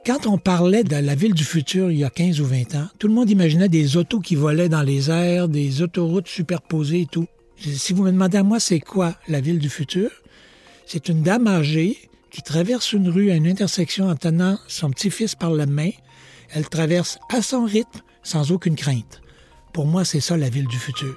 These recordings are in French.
Quand on parlait de la ville du futur il y a 15 ou 20 ans, tout le monde imaginait des autos qui volaient dans les airs, des autoroutes superposées et tout. Si vous me demandez à moi, c'est quoi la ville du futur? C'est une dame âgée qui traverse une rue à une intersection en tenant son petit-fils par la main. Elle traverse à son rythme, sans aucune crainte. Pour moi, c'est ça la ville du futur.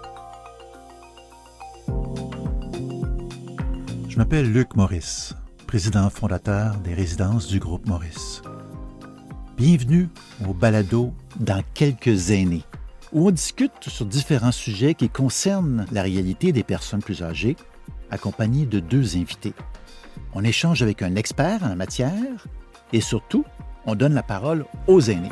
Je m'appelle Luc Maurice, président fondateur des résidences du groupe Maurice. Bienvenue au balado Dans quelques années, où on discute sur différents sujets qui concernent la réalité des personnes plus âgées, accompagné de 2 invités. On échange avec un expert en la matière et surtout, on donne la parole aux aînés.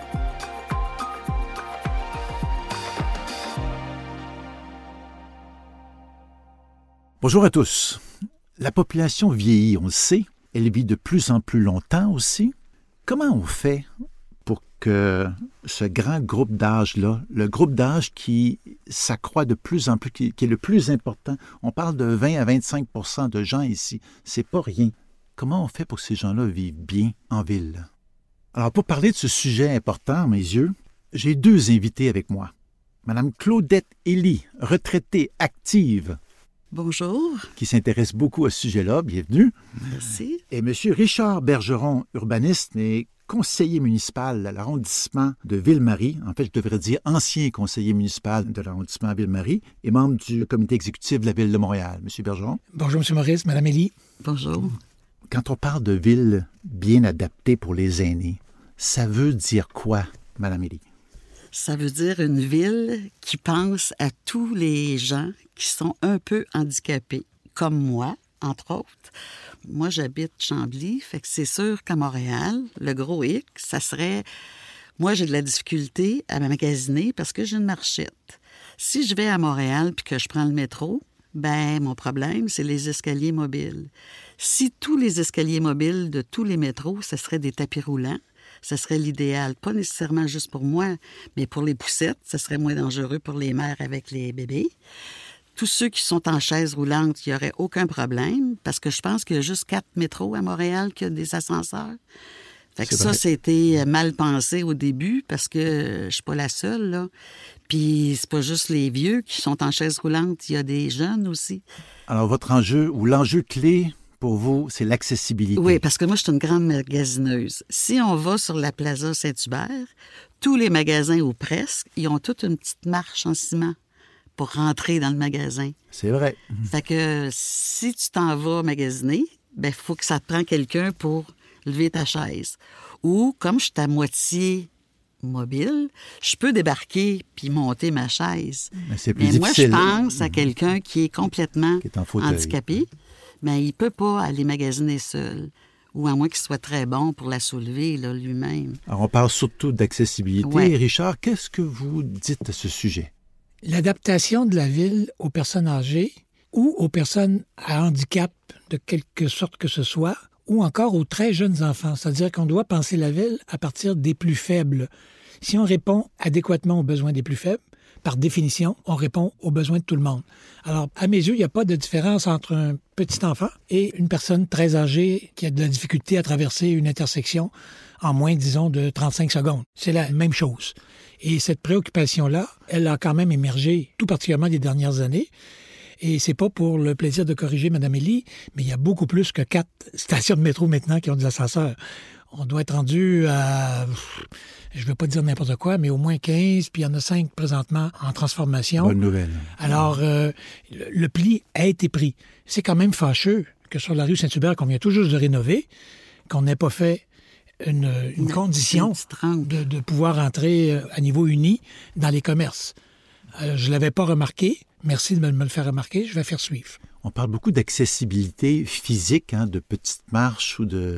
Bonjour à tous. La population vieillit, on le sait. Elle vit de plus en plus longtemps aussi. Comment on fait pour que ce grand groupe d'âge-là, le groupe d'âge qui s'accroît de plus en plus, qui est le plus important, on parle de 20 à 25 % de gens ici, c'est pas rien. Comment on fait pour que ces gens-là vivent bien en ville? Alors, pour parler de ce sujet important à mes yeux, j'ai 2 invités avec moi. Madame Claudette Élie, retraitée active. Bonjour. Qui s'intéresse beaucoup à ce sujet-là. Bienvenue. Merci. Et M. Richard Bergeron, urbaniste et conseiller municipal à l'arrondissement de Ville-Marie. En fait, je devrais dire ancien conseiller municipal de l'arrondissement de Ville-Marie et membre du comité exécutif de la Ville de Montréal. M. Bergeron. Bonjour, M. Maurice, Mme Élie. Bonjour. Quand on parle de ville bien adaptée pour les aînés, ça veut dire quoi, Mme Élie? Ça veut dire une ville qui pense à tous les gens qui sont un peu handicapés, comme moi, entre autres. Moi, j'habite Chambly, fait que c'est sûr qu'à Montréal, le gros hic, ça serait... Moi, j'ai de la difficulté à magasiner parce que j'ai une marchette. Si je vais à Montréal puis que je prends le métro, ben mon problème, c'est les escaliers mobiles. Si tous les escaliers mobiles de tous les métros, ce serait des tapis roulants, ce serait l'idéal. Pas nécessairement juste pour moi, mais pour les poussettes, ce serait moins dangereux pour les mères avec les bébés. Tous ceux qui sont en chaise roulante, il n'y aurait aucun problème, parce que je pense qu'il y a juste 4 métros à Montréal qui ont des ascenseurs. Fait que ça, c'était mal pensé au début, parce que je suis pas la seule, là. Puis c'est pas juste les vieux qui sont en chaise roulante, il y a des jeunes aussi. Alors, votre enjeu, ou l'enjeu clé pour vous, c'est l'accessibilité. Oui, parce que moi, je suis une grande magasineuse. Si on va sur la Plaza Saint-Hubert, tous les magasins, ou presque, ils ont toute une petite marche en ciment pour rentrer dans le magasin. C'est vrai. Fait que si tu t'en vas magasiner, ben il faut que ça te prenne quelqu'un pour lever ta chaise. Ou, comme je suis à moitié mobile, je peux débarquer puis monter ma chaise. Mais c'est plus Mais moi, difficile. je pense à quelqu'un qui est complètement handicapé. Mais il ne peut pas aller magasiner seul, ou à moins qu'il soit très bon pour la soulever là, lui-même. Alors, on parle surtout d'accessibilité. Ouais. Richard, qu'est-ce que vous dites à ce sujet? L'adaptation de la ville aux personnes âgées ou aux personnes à handicap de quelque sorte que ce soit, ou encore aux très jeunes enfants. C'est-à-dire qu'on doit penser la ville à partir des plus faibles. Si on répond adéquatement aux besoins des plus faibles, par définition, on répond aux besoins de tout le monde. Alors, à mes yeux, il n'y a pas de différence entre un petit enfant et une personne très âgée qui a de la difficulté à traverser une intersection en moins, disons, de 35 secondes. C'est la même chose. Et cette préoccupation-là, elle a quand même émergé, tout particulièrement les dernières années. Et c'est pas pour le plaisir de corriger Mme Élie, mais il y a beaucoup plus que 4 stations de métro maintenant qui ont des ascenseurs. On doit être rendu à, je ne veux pas dire n'importe quoi, mais au moins 15, puis il y en a 5 présentement en transformation. Bonne nouvelle. Alors, le pli a été pris. C'est quand même fâcheux que sur la rue Saint-Hubert, qu'on vient tout juste de rénover, qu'on n'ait pas fait une condition de pouvoir entrer à niveau uni dans les commerces. Je ne l'avais pas remarqué. Merci de me le faire remarquer. Je vais faire suivre. On parle beaucoup d'accessibilité physique, de petites marches ou de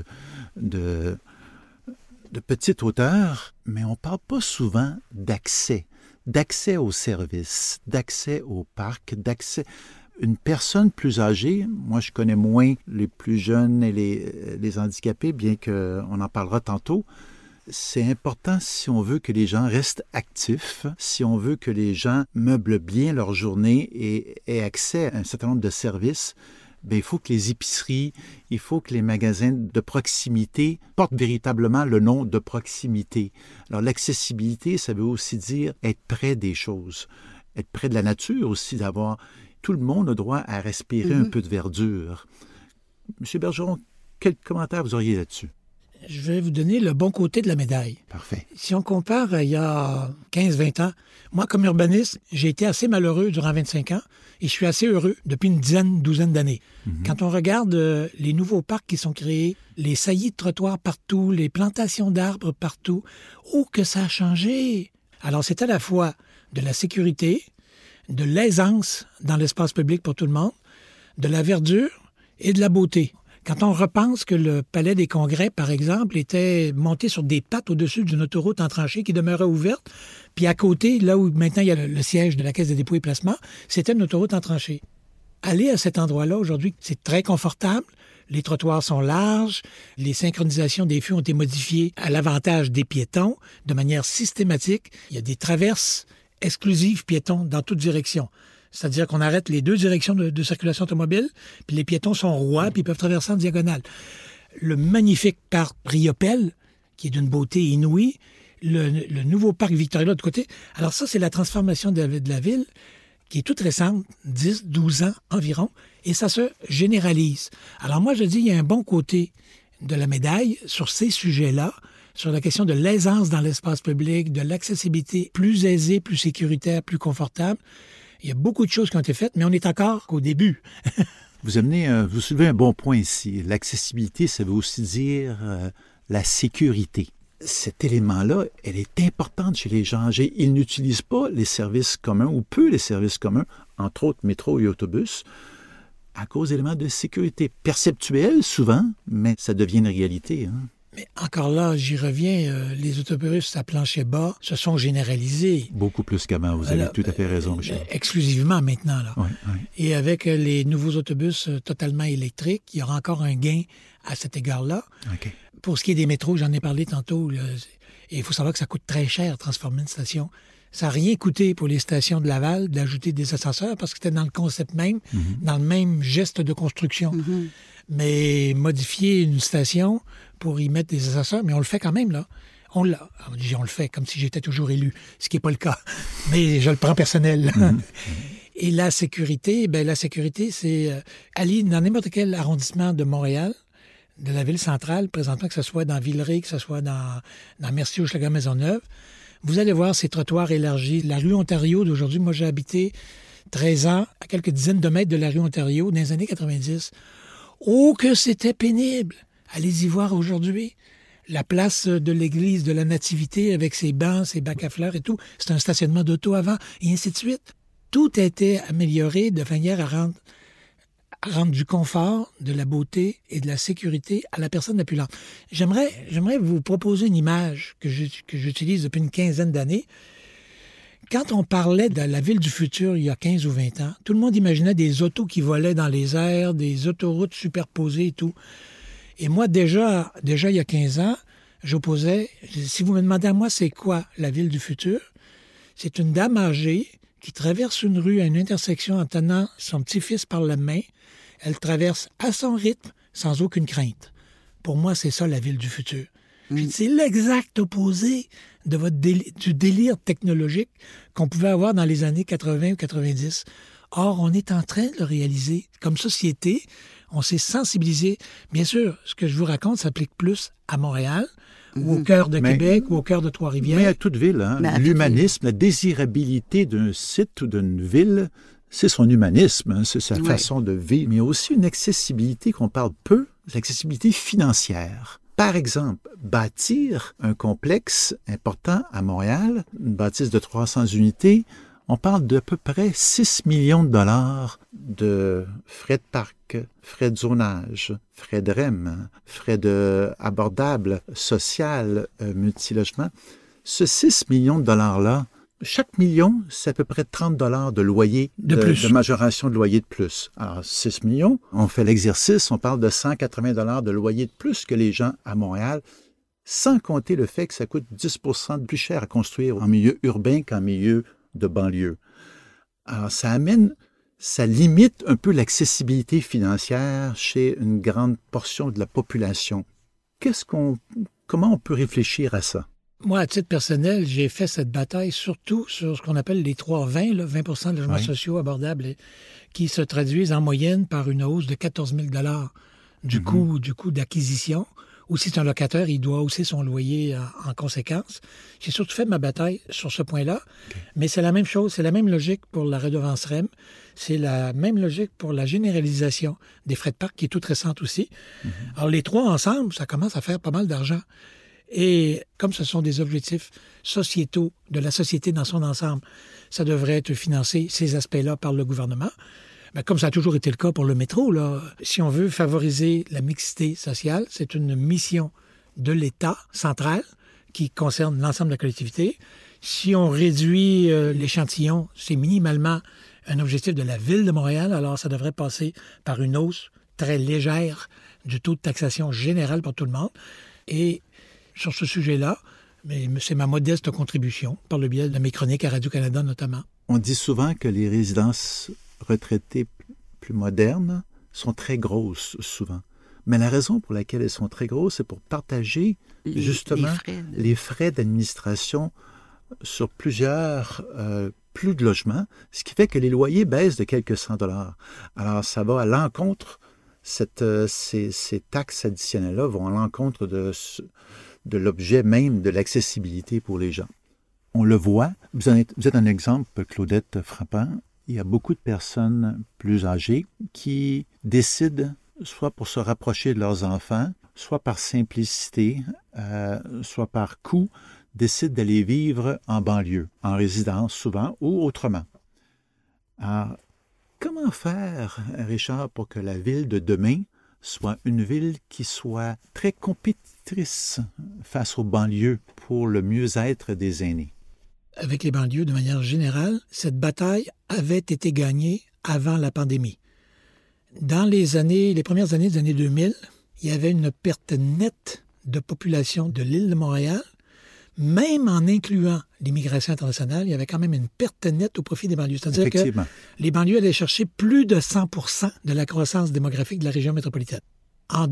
petite hauteur, mais on ne parle pas souvent d'accès aux services, d'accès au parc, d'accès... Une personne plus âgée, moi je connais moins les plus jeunes et les handicapés, bien qu'on en parlera tantôt, c'est important si on veut que les gens restent actifs, si on veut que les gens meublent bien leur journée et aient accès à un certain nombre de services, bien, il faut que les épiceries, il faut que les magasins de proximité portent véritablement le nom de proximité. Alors, l'accessibilité, ça veut aussi dire être près des choses, être près de la nature aussi, d'avoir... Tout le monde a droit à respirer un peu de verdure. Monsieur Bergeron, quel commentaire vous auriez là-dessus? Je vais vous donner le bon côté de la médaille. Parfait. Si on compare il y a 15-20 ans, moi, comme urbaniste, j'ai été assez malheureux durant 25 ans et je suis assez heureux depuis une douzaine d'années. Quand on regarde les nouveaux parcs qui sont créés, les saillies de trottoirs partout, les plantations d'arbres partout, oh, que ça a changé! Alors, c'est à la fois de la sécurité, de l'aisance dans l'espace public pour tout le monde, de la verdure et de la beauté. Quand on repense que le Palais des Congrès, par exemple, était monté sur des pattes au-dessus d'une autoroute en tranchée qui demeurait ouverte, puis à côté, là où maintenant il y a le siège de la Caisse de dépôt et placement, c'était une autoroute en tranchée. Aller à cet endroit-là aujourd'hui, c'est très confortable. Les trottoirs sont larges, les synchronisations des feux ont été modifiées à l'avantage des piétons de manière systématique. Il y a des traverses exclusives piétons dans toutes directions. C'est-à-dire qu'on arrête les deux directions de circulation automobile, puis les piétons sont rois, puis ils peuvent traverser en diagonale. Le magnifique parc Riopelle, qui est d'une beauté inouïe, le nouveau parc Victoria de l'autre côté. Alors ça, c'est la transformation de la ville, qui est toute récente, 10, 12 ans environ, et ça se généralise. Alors moi, je dis, il y a un bon côté de la médaille sur ces sujets-là, sur la question de l'aisance dans l'espace public, de l'accessibilité plus aisée, plus sécuritaire, plus confortable. Il y a beaucoup de choses qui ont été faites, mais on est encore qu'au début. Vous soulevez un bon point ici. L'accessibilité, ça veut aussi dire la sécurité. Cet élément-là, elle est importante chez les gens âgés. Ils n'utilisent pas les services communs ou peu les services communs, entre autres métro et autobus, à cause d'éléments de sécurité perceptuels souvent, mais ça devient une réalité. Mais encore là, j'y reviens, les autobus à plancher bas se sont généralisés. Beaucoup plus qu'avant, vous avez tout à fait raison, Michel. Exclusivement maintenant, là. Oui. Et avec les nouveaux autobus totalement électriques, il y aura encore un gain à cet égard-là. OK. Pour ce qui est des métros, j'en ai parlé tantôt, et il faut savoir que ça coûte très cher transformer une station. Ça n'a rien coûté pour les stations de Laval d'ajouter des ascenseurs parce que c'était dans le concept même, dans le même geste de construction. Mais modifier une station pour y mettre des ascenseurs, mais on le fait quand même, là. On le fait comme si j'étais toujours élu, ce qui n'est pas le cas. Mais je le prends personnel. Et la sécurité, c'est aller dans n'importe quel arrondissement de Montréal, de la ville centrale, présentement, que ce soit dans Villeray, que ce soit dans Mercier, Hochelaga, Maisonneuve, vous allez voir ces trottoirs élargis. La rue Ontario d'aujourd'hui, moi j'ai habité 13 ans à quelques dizaines de mètres de la rue Ontario dans les années 90. Oh, que c'était pénible! Allez-y voir aujourd'hui. La place de l'église de la Nativité avec ses bancs, ses bacs à fleurs et tout, c'est un stationnement d'auto avant, et ainsi de suite. Tout a été amélioré de manière à rendre du confort, de la beauté et de la sécurité à la personne la plus lente. J'aimerais vous proposer une image que j'utilise depuis une quinzaine d'années. Quand on parlait de la ville du futur il y a 15 ou 20 ans, tout le monde imaginait des autos qui volaient dans les airs, des autoroutes superposées et tout. Et moi, déjà il y a 15 ans, j'opposais, si vous me demandez à moi c'est quoi la ville du futur, c'est une dame âgée qui traverse une rue à une intersection en tenant son petit-fils par la main. Elle traverse à son rythme, sans aucune crainte. Pour moi, c'est ça la ville du futur. Puis c'est l'exact opposé de du délire technologique qu'on pouvait avoir dans les années 80 ou 90. Or, on est en train de le réaliser. Comme société, on s'est sensibilisé. Bien sûr, ce que je vous raconte s'applique plus à Montréal, ou au cœur de Québec, ou au cœur de Trois-Rivières. Mais à toute ville, l'humanisme, la désirabilité d'un site ou d'une ville, c'est son humanisme, c'est sa façon de vivre. Mais il y a aussi une accessibilité qu'on parle peu, l'accessibilité financière. Par exemple, bâtir un complexe important à Montréal, une bâtisse de 300 unités, on parle d'à peu près 6 millions de dollars de frais de parc, frais de zonage, frais de REM, frais de abordable, social, multilogement. Ce 6 millions de dollars-là, chaque million, c'est à peu près 30 dollars de loyer, de majoration de loyer de plus. Alors, 6 millions, on fait l'exercice, on parle de 180 dollars de loyer de plus que les gens à Montréal, sans compter le fait que ça coûte 10 % de plus cher à construire en milieu urbain qu'en milieu de banlieue. Alors, ça amène ça limite un peu l'accessibilité financière chez une grande portion de la population. Comment on peut réfléchir à ça? Moi, à titre personnel, j'ai fait cette bataille surtout sur ce qu'on appelle les 3-20, 20 de logements sociaux abordables, qui se traduisent en moyenne par une hausse de 14 000 du coût d'acquisition. Ou si c'est un locataire, il doit hausser son loyer en conséquence. J'ai surtout fait ma bataille sur ce point-là, mais c'est la même chose, c'est la même logique pour la redevance REM, c'est la même logique pour la généralisation des frais de parc, qui est toute récente aussi. Alors, les trois ensemble, ça commence à faire pas mal d'argent. Et comme ce sont des objectifs sociétaux de la société dans son ensemble, ça devrait être financé, ces aspects-là, par le gouvernement. Mais comme ça a toujours été le cas pour le métro, là, si on veut favoriser la mixité sociale, c'est une mission de l'État central qui concerne l'ensemble de la collectivité. Si on réduit l'échantillon, c'est minimalement un objectif de la Ville de Montréal, alors ça devrait passer par une hausse très légère du taux de taxation général pour tout le monde. Et sur ce sujet-là, mais c'est ma modeste contribution, par le biais de mes chroniques à Radio-Canada notamment. On dit souvent que les résidences retraitées plus modernes sont très grosses, souvent. Mais la raison pour laquelle elles sont très grosses, c'est pour partager, justement, les frais d'administration sur plus de logements, ce qui fait que les loyers baissent de quelques $100. Alors, ça va à l'encontre, ces taxes additionnelles-là vont à l'encontre de l'objet même de l'accessibilité pour les gens. On le voit, vous êtes un exemple, Claudette, frappant. Il y a beaucoup de personnes plus âgées qui décident, soit pour se rapprocher de leurs enfants, soit par simplicité, soit par coût, décident d'aller vivre en banlieue, en résidence souvent ou autrement. Alors, comment faire, Richard, pour que la ville de demain soit une ville qui soit très compétitrice face aux banlieues pour le mieux-être des aînés? Avec les banlieues, de manière générale, cette bataille avait été gagnée avant la pandémie. Dans les premières années des années 2000, il y avait une perte nette de population de l'île de Montréal. Même en incluant l'immigration internationale, il y avait quand même une perte nette au profit des banlieues. C'est-à-dire que les banlieues allaient chercher plus de 100% de la croissance démographique de la région métropolitaine. En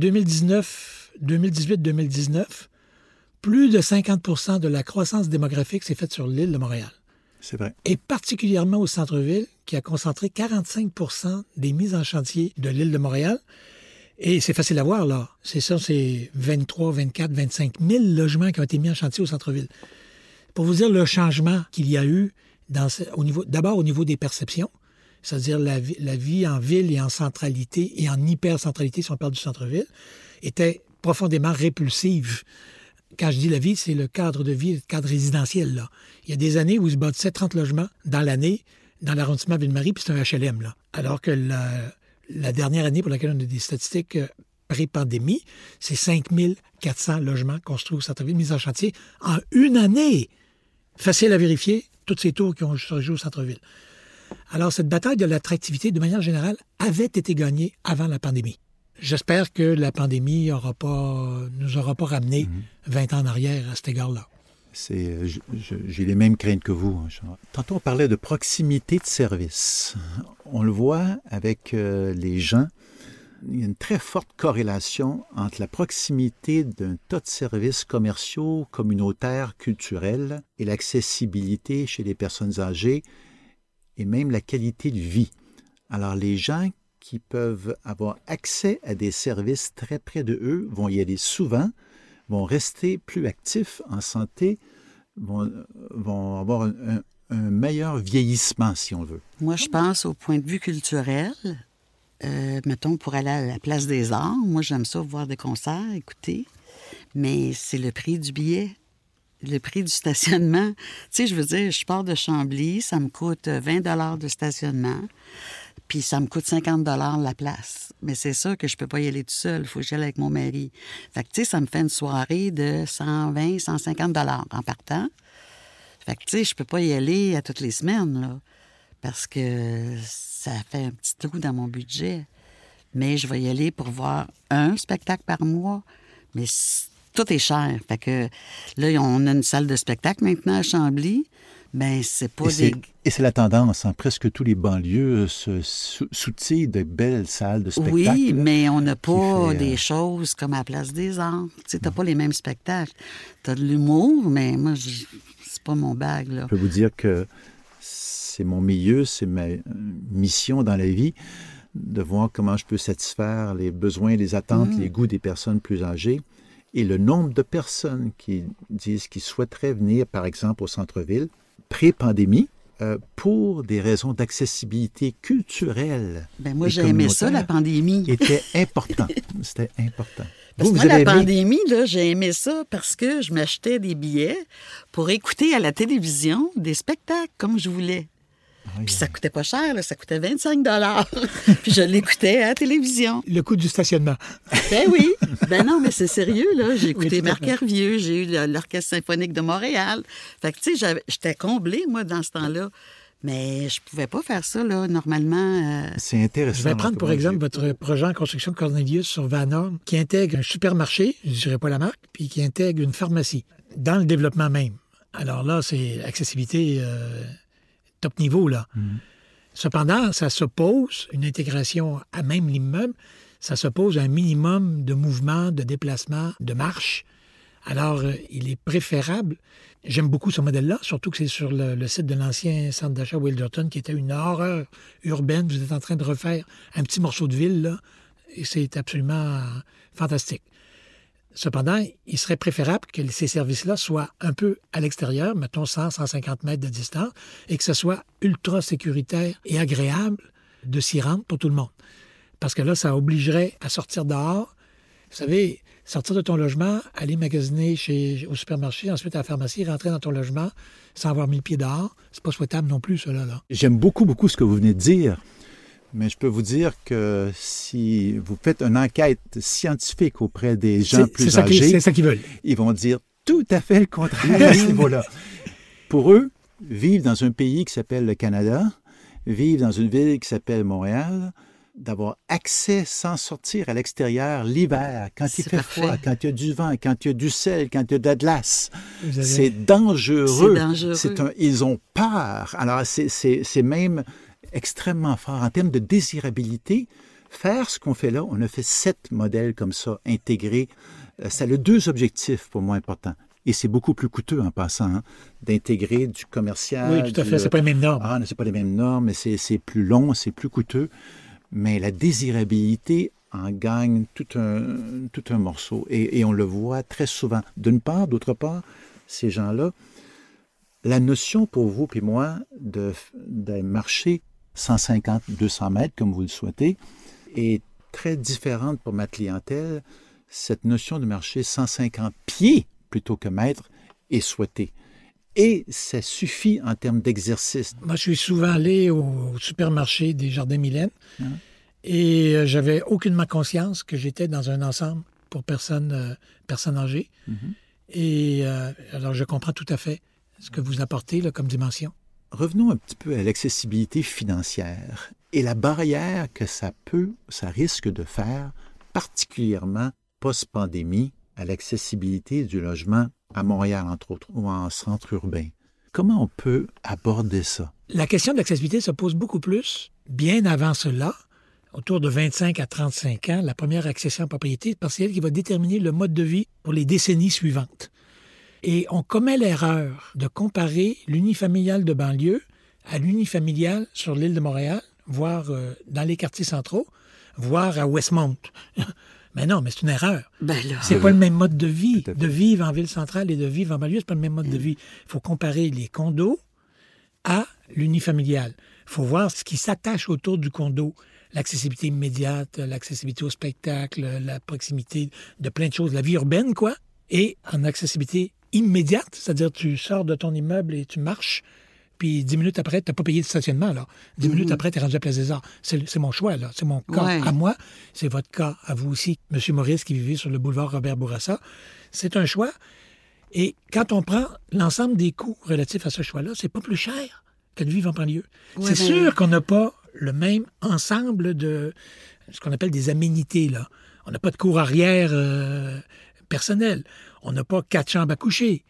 2018-2019, plus de 50% de la croissance démographique s'est faite sur l'île de Montréal. C'est vrai. Et particulièrement au centre-ville, qui a concentré 45% des mises en chantier de l'île de Montréal. Et c'est facile à voir, là. C'est 23, 24, 25 000 logements qui ont été mis en chantier au centre-ville. Pour vous dire le changement qu'il y a eu, d'abord au niveau des perceptions, c'est-à-dire la vie en ville et en centralité et en hyper-centralité, si on parle du centre-ville, était profondément répulsive. Quand je dis la vie, c'est le cadre de vie, le cadre résidentiel, là. Il y a des années où il se bâtissait 30 logements dans l'année, dans l'arrondissement Ville-Marie, puis c'est un HLM, là. Alors que la dernière année pour laquelle on a des statistiques pré-pandémie, c'est 5 400 logements construits au centre-ville, mis en chantier en une année. Facile à vérifier, toutes ces tours qui ont surgi au centre-ville. Alors, cette bataille de l'attractivité, de manière générale, avait été gagnée avant la pandémie. J'espère que la pandémie nous aura pas ramené 20 ans en arrière à cet égard-là. J'ai les mêmes craintes que vous. Tantôt, on parlait de proximité de service. On le voit avec les gens. Il y a une très forte corrélation entre la proximité d'un tas de services commerciaux, communautaires, culturels et l'accessibilité chez les personnes âgées et même la qualité de vie. Alors, les gens qui peuvent avoir accès à des services très près de eux vont y aller souvent, vont rester plus actifs en santé, vont avoir un meilleur vieillissement, si on veut. Moi, je pense au point de vue culturel. Mettons, pour aller à la Place des Arts, moi, j'aime ça, voir des concerts, écouter, mais c'est le prix du billet, le prix du stationnement. Tu sais, je veux dire, je pars de Chambly, ça me coûte 20 $ de stationnement, puis ça me coûte 50 $ la place. Mais c'est sûr que je peux pas y aller tout seul, il faut que j'y aille avec mon mari. Fait que, tu sais, ça me fait une soirée de 120, 150 $ en partant. Fait que, tu sais, je peux pas y aller à toutes les semaines, là, parce que ça fait un petit trou dans mon budget. Mais je vais y aller pour voir un spectacle par mois. Mais tout est cher. Fait que là, on a une salle de spectacle maintenant à Chambly. Ben, c'est pas Et c'est la tendance, hein? Presque tous les banlieues se soutillent de belles salles de spectacle. Oui, mais on n'a pas des choses comme à la Place des Arts. Tu sais, t'as pas les mêmes spectacles. T'as de l'humour, mais moi, c'est pas mon bag, là. Je peux vous dire que c'est mon milieu, c'est ma mission dans la vie, de voir comment je peux satisfaire les besoins, les attentes, les goûts des personnes plus âgées. Et le nombre de personnes qui disent qu'ils souhaiteraient venir, par exemple, au centre-ville, pré-pandémie, pour des raisons d'accessibilité culturelle. Ben moi, j'ai aimé ça, la pandémie. C'était important. C'était important. Parce que moi, la pandémie, là, j'ai aimé ça parce que je m'achetais des billets pour écouter à la télévision des spectacles comme je voulais. Oui. Puis ça coûtait pas cher, là, ça coûtait 25 $. Puis je l'écoutais à la télévision. Le coût du stationnement. Ben oui. Ben non, mais c'est sérieux, là. J'ai écouté Marc Hervieux, j'ai eu l'Orchestre symphonique de Montréal. Fait que, tu sais, j'étais comblée, moi, dans ce temps-là. Mais je pouvais pas faire ça, là, normalement. C'est intéressant. Je vais prendre, pour exemple, votre projet en construction Cornelius sur Van-Horn, qui intègre un supermarché, je ne dirais pas la marque, puis qui intègre une pharmacie, dans le développement même. Alors là, c'est accessibilité top niveau, là. Cependant, ça s'oppose, une intégration à même l'immeuble, ça s'oppose à un minimum de mouvement, de déplacement, de marche. Alors, il est préférable. J'aime beaucoup ce modèle-là, surtout que c'est sur le site de l'ancien centre d'achat Wilderton, qui était une horreur urbaine. Vous êtes en train de refaire un petit morceau de ville, là, et c'est absolument fantastique. Cependant, il serait préférable que ces services-là soient un peu à l'extérieur, mettons 100-150 mètres de distance, et que ce soit ultra sécuritaire et agréable de s'y rendre pour tout le monde. Parce que là, ça obligerait à sortir dehors. Vous savez, sortir de ton logement, aller magasiner au supermarché, ensuite à la pharmacie, rentrer dans ton logement sans avoir mis le pied dehors, c'est pas souhaitable non plus, cela, là. J'aime beaucoup ce que vous venez de dire, mais je peux vous dire que si vous faites une enquête scientifique auprès des gens plus âgés, c'est ça qu'ils veulent. Ils vont dire tout à fait le contraire à ce niveau-là. Pour eux, vivre dans un pays qui s'appelle le Canada, vivre dans une ville qui s'appelle Montréal, d'avoir accès sans sortir à l'extérieur l'hiver, quand il fait froid, quand il y a du vent, quand il y a du sel, quand il y a de la glace. C'est dangereux. Ils ont peur. Alors, c'est même extrêmement fort. En termes de désirabilité, faire ce qu'on fait là, on a fait 7 modèles comme ça, intégrés. Ça a 2 objectifs pour moi importants. Et c'est beaucoup plus coûteux en passant, d'intégrer du commercial. Oui, tout à fait. C'est pas les mêmes normes. Ah, c'est pas les mêmes normes, mais c'est plus long, c'est plus coûteux. Mais la désirabilité en gagne tout un morceau. Et on le voit très souvent. D'une part, d'autre part, ces gens-là, la notion pour vous et moi de marcher 150-200 mètres, comme vous le souhaitez, est très différente pour ma clientèle. Cette notion de marcher 150 pieds plutôt que mètres est souhaitée. Et ça suffit en termes d'exercice. Moi, je suis souvent allé au supermarché des Jardins Mylène et j'avais aucunement conscience que j'étais dans un ensemble pour personnes âgées. Et alors, je comprends tout à fait ce que vous apportez là, comme dimension. Revenons un petit peu à l'accessibilité financière et la barrière que ça risque de faire, particulièrement post-pandémie, à l'accessibilité du logement à Montréal, entre autres, ou en centre urbain. Comment on peut aborder ça? La question de l'accessibilité se pose beaucoup plus bien avant cela, autour de 25 à 35 ans, la première accession en propriété, parce que c'est elle qui va déterminer le mode de vie pour les décennies suivantes. Et on commet l'erreur de comparer l'unifamilial de banlieue à l'unifamilial sur l'île de Montréal, voire dans les quartiers centraux, voire à Westmount. Mais non, mais c'est une erreur. C'est pas le même mode de vie. De vivre en ville centrale et de vivre en banlieue, c'est pas le même mode de vie. Il faut comparer les condos à l'unifamilial. Il faut voir ce qui s'attache autour du condo. L'accessibilité immédiate, l'accessibilité au spectacle, la proximité de plein de choses. La vie urbaine, quoi. Et en accessibilité immédiate, c'est-à-dire tu sors de ton immeuble et tu marches, puis 10 minutes après, tu n'as pas payé de stationnement, là. 10 minutes après, tu es rendu à Place des Arts. C'est mon choix, là. C'est mon cas à moi. C'est votre cas à vous aussi, M. Maurice, qui vivait sur le boulevard Robert-Bourassa. C'est un choix. Et quand on prend l'ensemble des coûts relatifs à ce choix-là, c'est pas plus cher que de vivre en banlieue. C'est sûr qu'on n'a pas le même ensemble de ce qu'on appelle des aménités, là. On n'a pas de cour arrière personnelle. On n'a pas 4 chambres à coucher.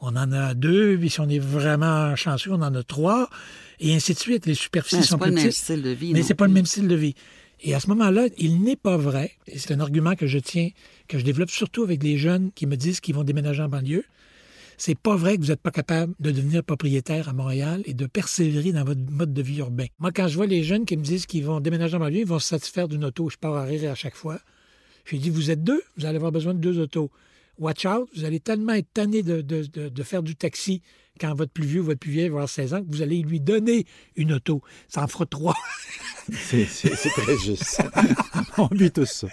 on en a 2, puis si on est vraiment chanceux, on en a 3, et ainsi de suite. Les superficies sont plus petites. C'est pas le même style de vie. Mais c'est pas le même style de vie. Et à ce moment-là, il n'est pas vrai, et c'est un argument que je tiens, que je développe surtout avec les jeunes qui me disent qu'ils vont déménager en banlieue, c'est pas vrai que vous n'êtes pas capable de devenir propriétaire à Montréal et de persévérer dans votre mode de vie urbain. Moi, quand je vois les jeunes qui me disent qu'ils vont déménager en banlieue, ils vont se satisfaire d'une auto. Je pars à rire à chaque fois. J'ai dit, vous êtes 2, vous allez avoir besoin de 2 autos. Watch out, vous allez tellement être tanné de faire du taxi quand votre plus vieux ou votre plus vieille va avoir 16 ans que vous allez lui donner une auto. Ça en fera 3. C'est très juste. On vit tous ça.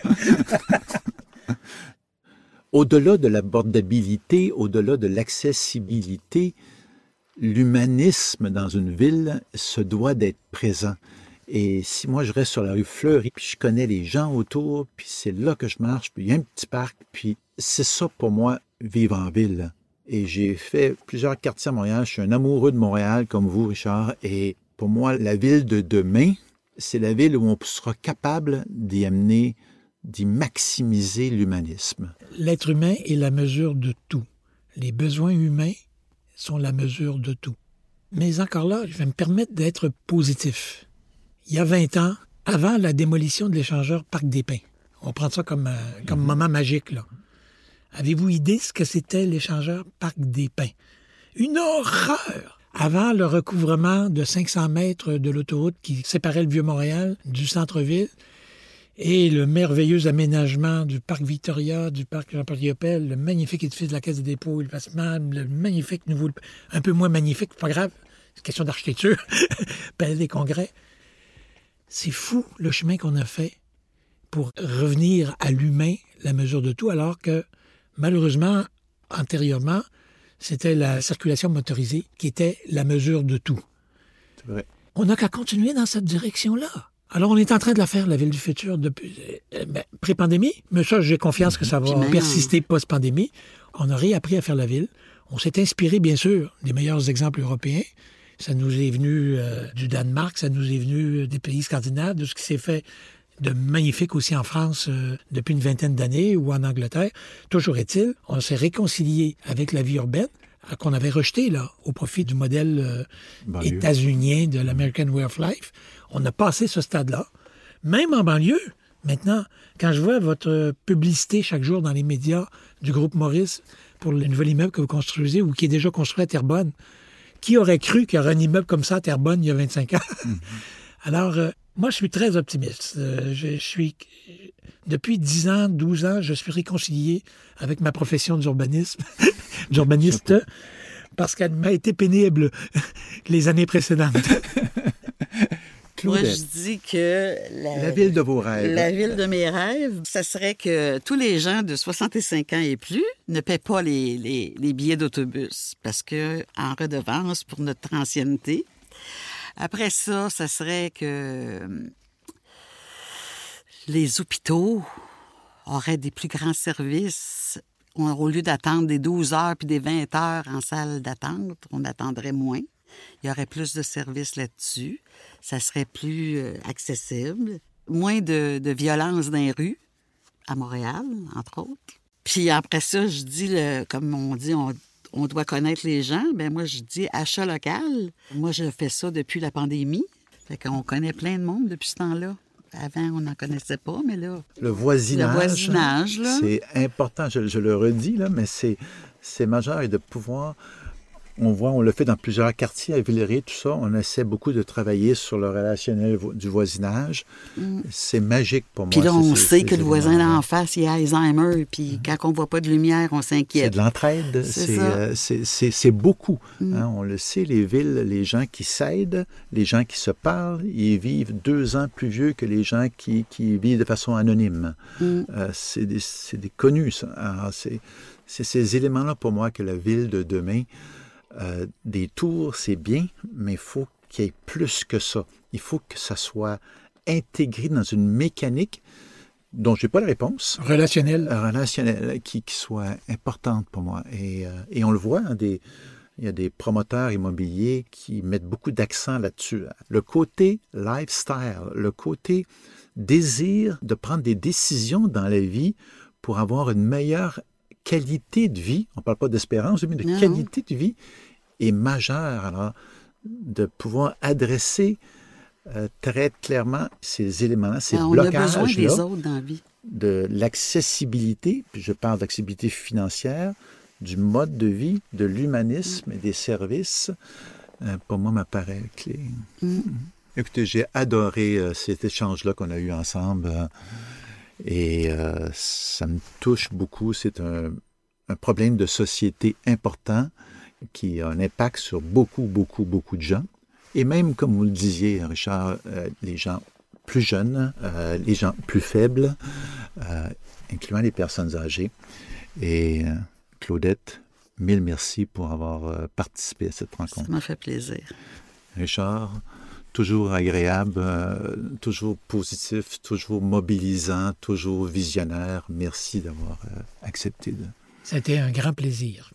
Au-delà de l'abordabilité, au-delà de l'accessibilité, l'humanisme dans une ville se doit d'être présent. Et si moi, je reste sur la rue Fleury, puis je connais les gens autour, puis c'est là que je marche, puis il y a un petit parc, puis c'est ça pour moi, vivre en ville. Et j'ai fait plusieurs quartiers à Montréal. Je suis un amoureux de Montréal, comme vous, Richard. Et pour moi, la ville de demain, c'est la ville où on sera capable d'y maximiser l'humanisme. L'être humain est la mesure de tout. Les besoins humains sont la mesure de tout. Mais encore là, je vais me permettre d'être positif. Il y a 20 ans, avant la démolition de l'échangeur Parc des Pins, on prend ça comme moment magique, là. Avez-vous idée ce que c'était l'échangeur Parc des Pins? Une horreur! Avant le recouvrement de 500 mètres de l'autoroute qui séparait le Vieux-Montréal du centre-ville et le merveilleux aménagement du Parc Victoria, du Parc Jean-Paul Riopelle, le magnifique édifice de la Caisse des dépôts et le placement, le magnifique nouveau, un peu moins magnifique, pas grave, c'est question d'architecture, Palais des Congrès. C'est fou le chemin qu'on a fait pour revenir à l'humain, la mesure de tout, alors que malheureusement, antérieurement, c'était la circulation motorisée qui était la mesure de tout. C'est vrai. On n'a qu'à continuer dans cette direction-là. Alors, on est en train de la faire, la ville du futur, depuis pré-pandémie, mais ça, j'ai confiance que ça va persister post-pandémie. On a réappris à faire la ville. On s'est inspiré, bien sûr, des meilleurs exemples européens. Ça nous est venu du Danemark, ça nous est venu des pays scandinaves, de ce qui s'est fait de magnifique aussi en France depuis une vingtaine d'années ou en Angleterre. Toujours est-il, on s'est réconcilié avec la vie urbaine qu'on avait rejetée là, au profit du modèle états-unien de l'American Way of Life. On a passé ce stade-là. Même en banlieue, maintenant, quand je vois votre publicité chaque jour dans les médias du groupe Maurice pour le nouvel immeuble que vous construisez ou qui est déjà construit à Terrebonne, qui aurait cru qu'il y aurait un immeuble comme ça à Terrebonne il y a 25 ans? Alors, moi, je suis très optimiste. Depuis 10 ans, 12 ans, je suis réconcilié avec ma profession d'urbaniste, parce qu'elle m'a été pénible les années précédentes. Moi, je dis que la ville de vos rêves. La ville de mes rêves, ça serait que tous les gens de 65 ans et plus ne paient pas les billets d'autobus parce que en redevance pour notre ancienneté. Après ça, ça serait que les hôpitaux auraient des plus grands services. Au lieu d'attendre des 12 heures puis des 20 heures en salle d'attente, on attendrait moins. Il y aurait plus de services là-dessus. Ça serait plus accessible. Moins de violence dans les rues, à Montréal, entre autres. Puis après ça, je dis, comme on dit, on doit connaître les gens. Bien, moi, je dis achat local. Moi, je fais ça depuis la pandémie. Fait qu'on connaît plein de monde depuis ce temps-là. Avant, on n'en connaissait pas, mais là... Le voisinage là. C'est important, je le redis, là, mais c'est majeur et de pouvoir... On le fait dans plusieurs quartiers à Villeray, tout ça. On essaie beaucoup de travailler sur le relationnel du voisinage. C'est magique pour moi. Puis là, on sait que le voisin d'en face, il a Alzheimer, puis quand on ne voit pas de lumière, on s'inquiète. C'est de l'entraide. C'est beaucoup. Hein, on le sait, les villes, les gens qui s'aident, les gens qui se parlent, ils vivent 2 ans plus vieux que les gens qui vivent de façon anonyme. C'est des connus, ça. Alors, c'est ces éléments-là, pour moi, que la ville de demain... des tours, c'est bien, mais il faut qu'il y ait plus que ça. Il faut que ça soit intégré dans une mécanique dont je n'ai pas la réponse. Relationnelle, qui soit importante pour moi. Et on le voit, hein, il y a des promoteurs immobiliers qui mettent beaucoup d'accent là-dessus. Le côté lifestyle, le côté désir de prendre des décisions dans la vie pour avoir une meilleure qualité de vie, on ne parle pas d'espérance, mais de qualité de vie est majeure. Alors, de pouvoir adresser très clairement ces éléments-là, ces blocages-là. On a besoin des autres dans la vie. De l'accessibilité, puis je parle d'accessibilité financière, du mode de vie, de l'humanisme et des services, pour moi, m'apparaît clé. Écoutez, j'ai adoré cet échange-là qu'on a eu ensemble et ça me touche beaucoup. C'est un problème de société important qui a un impact sur beaucoup de gens. Et même, comme vous le disiez, Richard, les gens plus jeunes, les gens plus faibles, incluant les personnes âgées. Et Claudette, mille merci pour avoir participé à cette rencontre. Ça m'a fait plaisir. Richard, toujours agréable, toujours positif, toujours mobilisant, toujours visionnaire. Merci d'avoir accepté de... C'était un grand plaisir.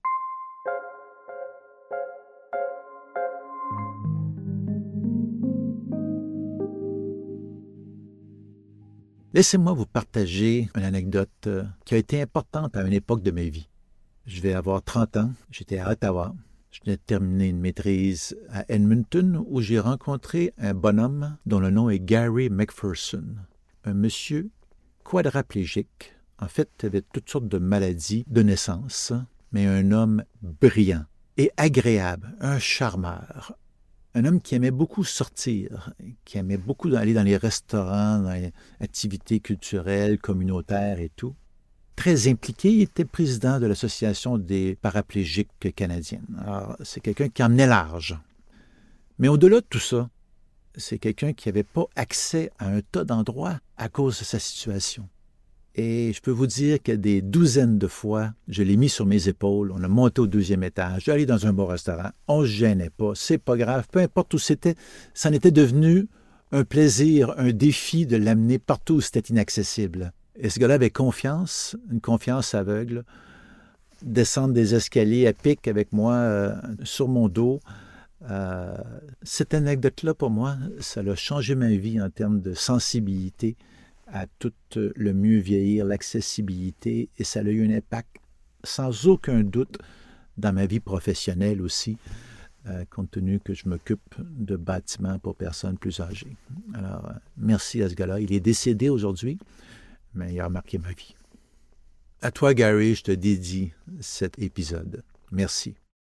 Laissez-moi vous partager une anecdote qui a été importante à une époque de ma vie. Je vais avoir 30 ans, j'étais à Ottawa. Je venais de terminer une maîtrise à Edmonton où j'ai rencontré un bonhomme dont le nom est Gary McPherson. Un monsieur quadraplégique. En fait, il avait toutes sortes de maladies de naissance, mais un homme brillant et agréable, un charmeur. Un homme qui aimait beaucoup sortir, qui aimait beaucoup aller dans les restaurants, dans les activités culturelles, communautaires et tout. Très impliqué, il était président de l'Association des paraplégiques canadiennes. Alors, c'est quelqu'un qui emmenait large. Mais au-delà de tout ça, c'est quelqu'un qui n'avait pas accès à un tas d'endroits à cause de sa situation. Et je peux vous dire que des douzaines de fois, je l'ai mis sur mes épaules, on a monté au 2e étage, j'allais dans un beau restaurant, on ne se gênait pas, c'est pas grave, peu importe où c'était, ça en était devenu un plaisir, un défi de l'amener partout où c'était inaccessible. Et ce gars-là avait confiance, une confiance aveugle, descendre des escaliers à pic avec moi sur mon dos. Cette anecdote-là, pour moi, ça a changé ma vie en termes de sensibilité à tout le mieux vieillir, l'accessibilité, et ça a eu un impact sans aucun doute dans ma vie professionnelle aussi, compte tenu que je m'occupe de bâtiments pour personnes plus âgées. Alors, merci à ce gars-là. Il est décédé aujourd'hui, mais il a marqué ma vie. À toi, Gary, je te dédie cet épisode. Merci.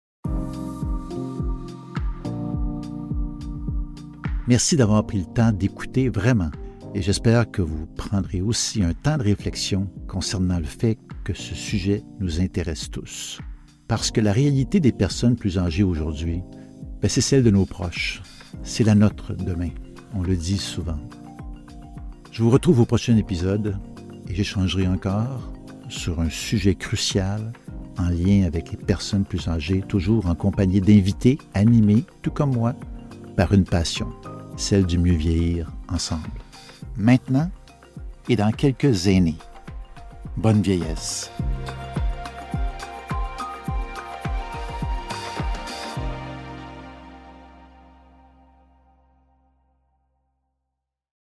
Merci d'avoir pris le temps d'écouter vraiment. Et j'espère que vous prendrez aussi un temps de réflexion concernant le fait que ce sujet nous intéresse tous. Parce que la réalité des personnes plus âgées aujourd'hui, c'est celle de nos proches. C'est la nôtre demain. On le dit souvent. Je vous retrouve au prochain épisode et j'échangerai encore sur un sujet crucial en lien avec les personnes plus âgées, toujours en compagnie d'invités animés, tout comme moi, par une passion, celle du mieux vieillir ensemble. Maintenant et dans quelques années. Bonne vieillesse.